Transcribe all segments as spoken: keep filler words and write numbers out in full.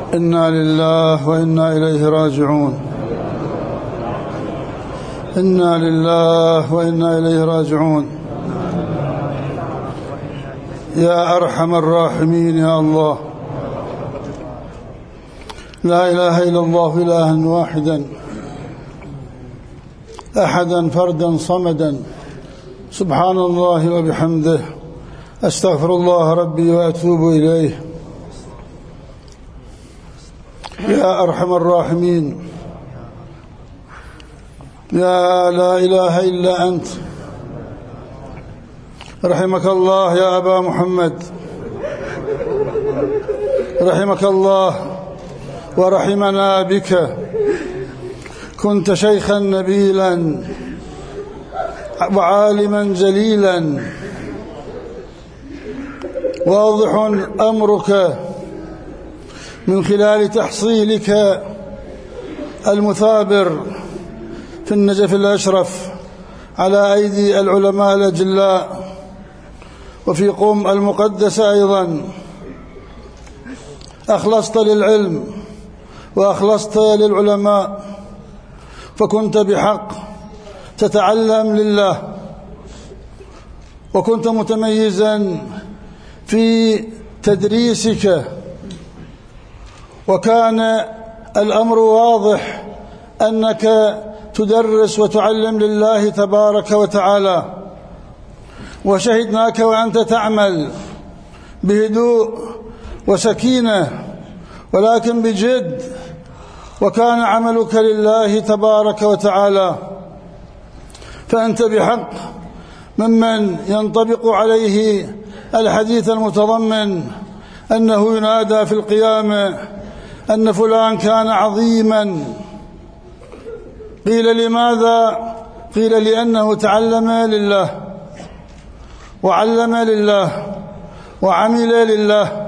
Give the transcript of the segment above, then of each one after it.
إنا لله وإنا إليه راجعون. إنا لله وإنا إليه راجعون. يا أرحم الراحمين يا الله، لا إله إلا الله إلها واحدا أحدا فردا صمدا، سبحان الله وبحمده، أستغفر الله ربي وأتوب إليه. يا أرحم الراحمين، يا لا إله إلا أنت، رحمك الله يا أبا محمد، رحمك الله ورحمنا بك. كنت شيخا نبيلا وعالما جليلا، واضح أمرك من خلال تحصيلك المثابر في النجف الأشرف على أيدي العلماء الأجلاء، وفي قم المقدسة أيضا. أخلصت للعلم وأخلصت للعلماء، فكنت بحق تتعلم لله، وكنت متميزا في تدريسك، وكان الأمر واضح أنك تدرس وتعلم لله تبارك وتعالى، وشهدناك وأنت تعمل بهدوء وسكينة ولكن بجد، وكان عملك لله تبارك وتعالى. فأنت بحق ممن ينطبق عليه الحديث المتضمن أنه ينادى في القيامة أن فلان كان عظيما. قيل لماذا؟ قيل لأنه تعلم لله وعلم لله وعمل لله.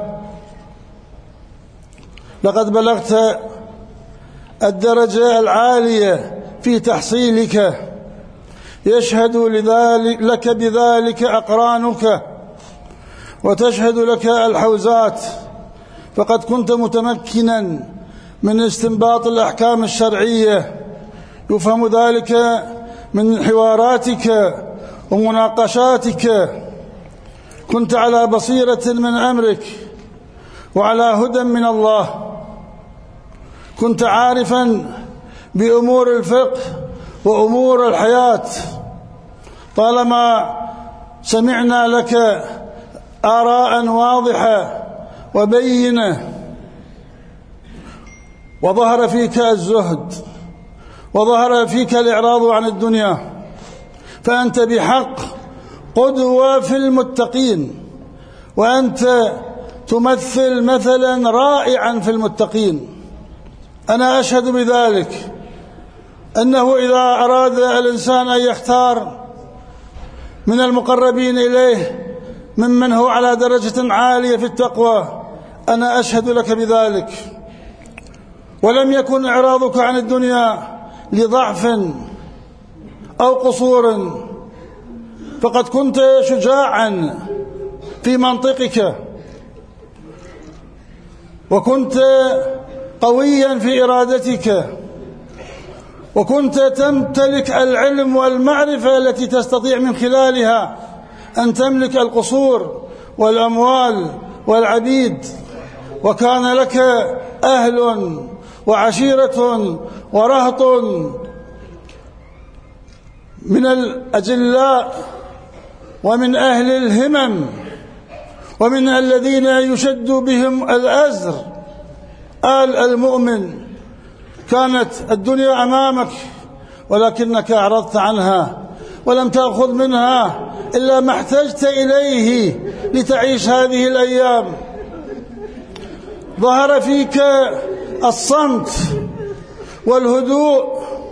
لقد بلغت الدرجة العالية في تحصيلك، يشهد لذلك لك بذلك أقرانك، وتشهد لك الحوزات، فقد كنت متمكنا من استنباط الأحكام الشرعية، يفهم ذلك من حواراتك ومناقشاتك. كنت على بصيرة من أمرك وعلى هدى من الله، كنت عارفا بأمور الفقه وأمور الحياة. طالما سمعنا لك آراء واضحة وبينة، وظهر فيك الزهد، وظهر فيك الإعراض عن الدنيا، فأنت بحق قدوة في المتقين، وأنت تمثل مثلا رائعا في المتقين. أنا أشهد بذلك، أنه إذا أراد الإنسان أن يختار من المقربين إليه ممن هو على درجة عالية في التقوى، أنا أشهد لك بذلك. ولم يكن إعراضك عن الدنيا لضعف أو قصور، فقد كنت شجاعا في منطقك، وكنت قويا في إرادتك، وكنت تمتلك العلم والمعرفة التي تستطيع من خلالها أن تملك القصور والأموال والعبيد. وكان لك أهل وعشيرة ورهط من الأجلاء ومن أهل الهمم ومن الذين يشد بهم الأزر. آل المؤمن كانت الدنيا أمامك، ولكنك أعرضت عنها ولم تأخذ منها إلا ما احتجت إليه لتعيش هذه الأيام. ظهر فيك الصمت والهدوء،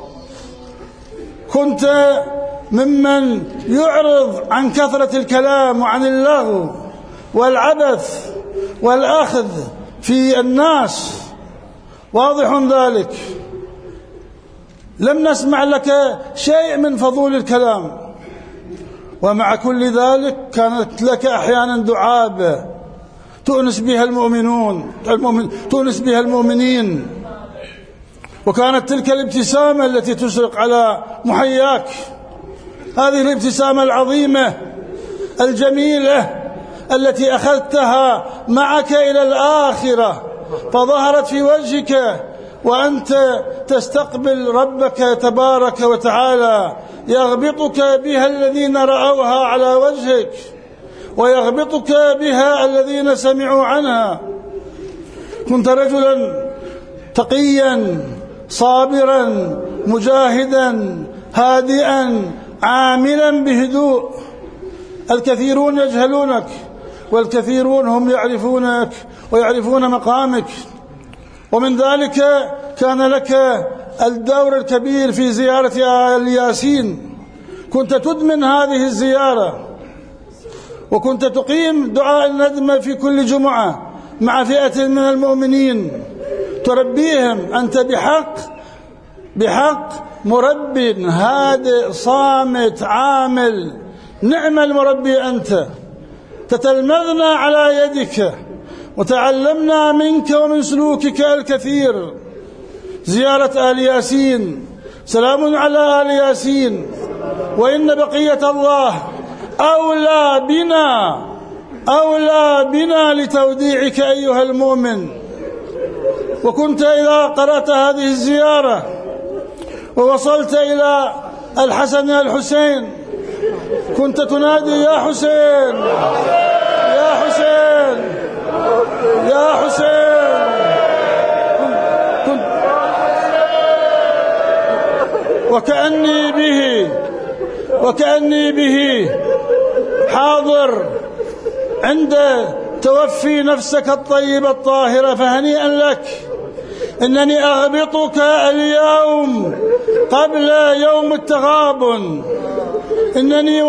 كنت ممن يعرض عن كثرة الكلام وعن اللغو والعبث والأخذ في الناس، واضح ذلك. لم نسمع لك شيء من فضول الكلام، ومع كل ذلك كانت لك أحيانا دعابة تؤنس بها المؤمنون المؤمن تؤنس بها المؤمنين. وكانت تلك الابتسامة التي تشرق على محياك، هذه الابتسامة العظيمة الجميلة التي أخذتها معك إلى الآخرة، فظهرت في وجهك وأنت تستقبل ربك تبارك وتعالى، يغبطك بها الذين رأوها على وجهك، ويغبطك بها الذين سمعوا عنها. كنت رجلا تقيا صابرا مجاهدا هادئا عاملا بهدوء. الكثيرون يجهلونك، والكثيرون هم يعرفونك ويعرفون مقامك. ومن ذلك كان لك الدور الكبير في زيارة آل ياسين، كنت تدمن هذه الزيارة، وكنت تقيم دعاء الندم في كل جمعة مع فئة من المؤمنين، تربيهم. أنت بحق بحق مرب هادئ صامت عامل، نعم المربي أنت. تتلمذنا على يدك وتعلمنا منك ومن سلوكك الكثير. زيارة آل ياسين، سلام على آل ياسين، وإن بقية الله أولى بنا أولى بنا لتوديعك أيها المؤمن. وكنت إذا قرأت هذه الزيارة ووصلت إلى الحسن الحسين كنت تنادي يا حسين يا حسين يا حسين. كنت وكأني به وكأني به حاضر عند توفي نفسك الطيبة الطاهرة، فهنيئا لك. إنني أغبطك اليوم قبل يوم التغابن. إنني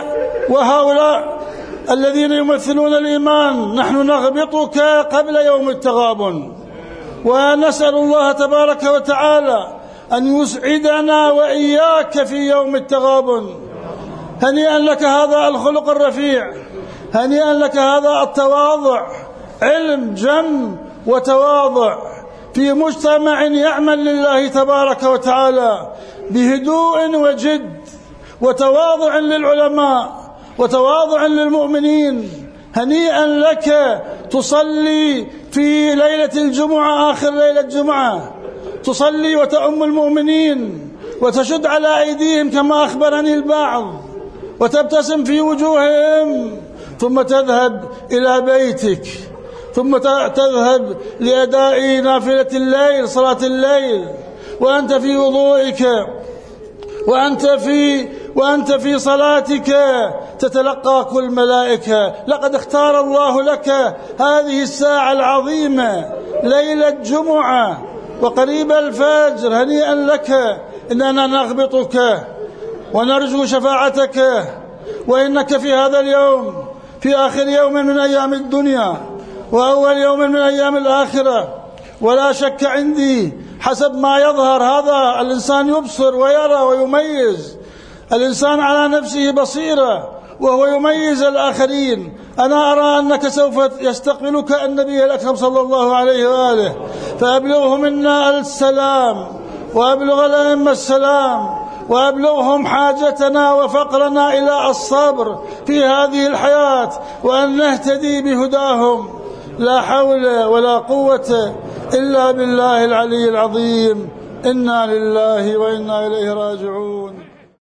وهؤلاء الذين يمثلون الإيمان نحن نغبطك قبل يوم التغابن، ونسأل الله تبارك وتعالى أن يسعدنا وإياك في يوم التغابن. هنيئا لك هذا الخلق الرفيع، هنيئا لك هذا التواضع، علم جم وتواضع في مجتمع يعمل لله تبارك وتعالى بهدوء وجد، وتواضع للعلماء وتواضع للمؤمنين. هنيئا لك تصلي في ليلة الجمعة، آخر ليلة جمعة، تصلي وتأم المؤمنين وتشد على أيديهم كما أخبرني البعض، وتبتسم في وجوههم، ثم تذهب إلى بيتك، ثم تذهب لأداء نافلة الليل، صلاة الليل، وأنت في وضوئك، وأنت في وأنت في صلاتك تتلقى كل ملائكة. لقد اختار الله لك هذه الساعة العظيمة، ليلة جمعة وقريب الفجر. هنيئا لك، إننا نغبطك ونرجو شفاعتك، وإنك في هذا اليوم، في آخر يوم من أيام الدنيا وأول يوم من أيام الآخرة. ولا شك عندي حسب ما يظهر، هذا الإنسان يبصر ويرى ويميز، الإنسان على نفسه بصيرة وهو يميز الآخرين. أنا أرى أنك سوف يستقبلك النبي الأكرم صلى الله عليه وآله، فأبلغه منا السلام، وأبلغ الأئمة السلام، وأبلغهم حاجتنا وفقرنا إلى الصبر في هذه الحياة، وأن نهتدي بهداهم. لا حول ولا قوة إلا بالله العلي العظيم. إنا لله وإنا إليه راجعون.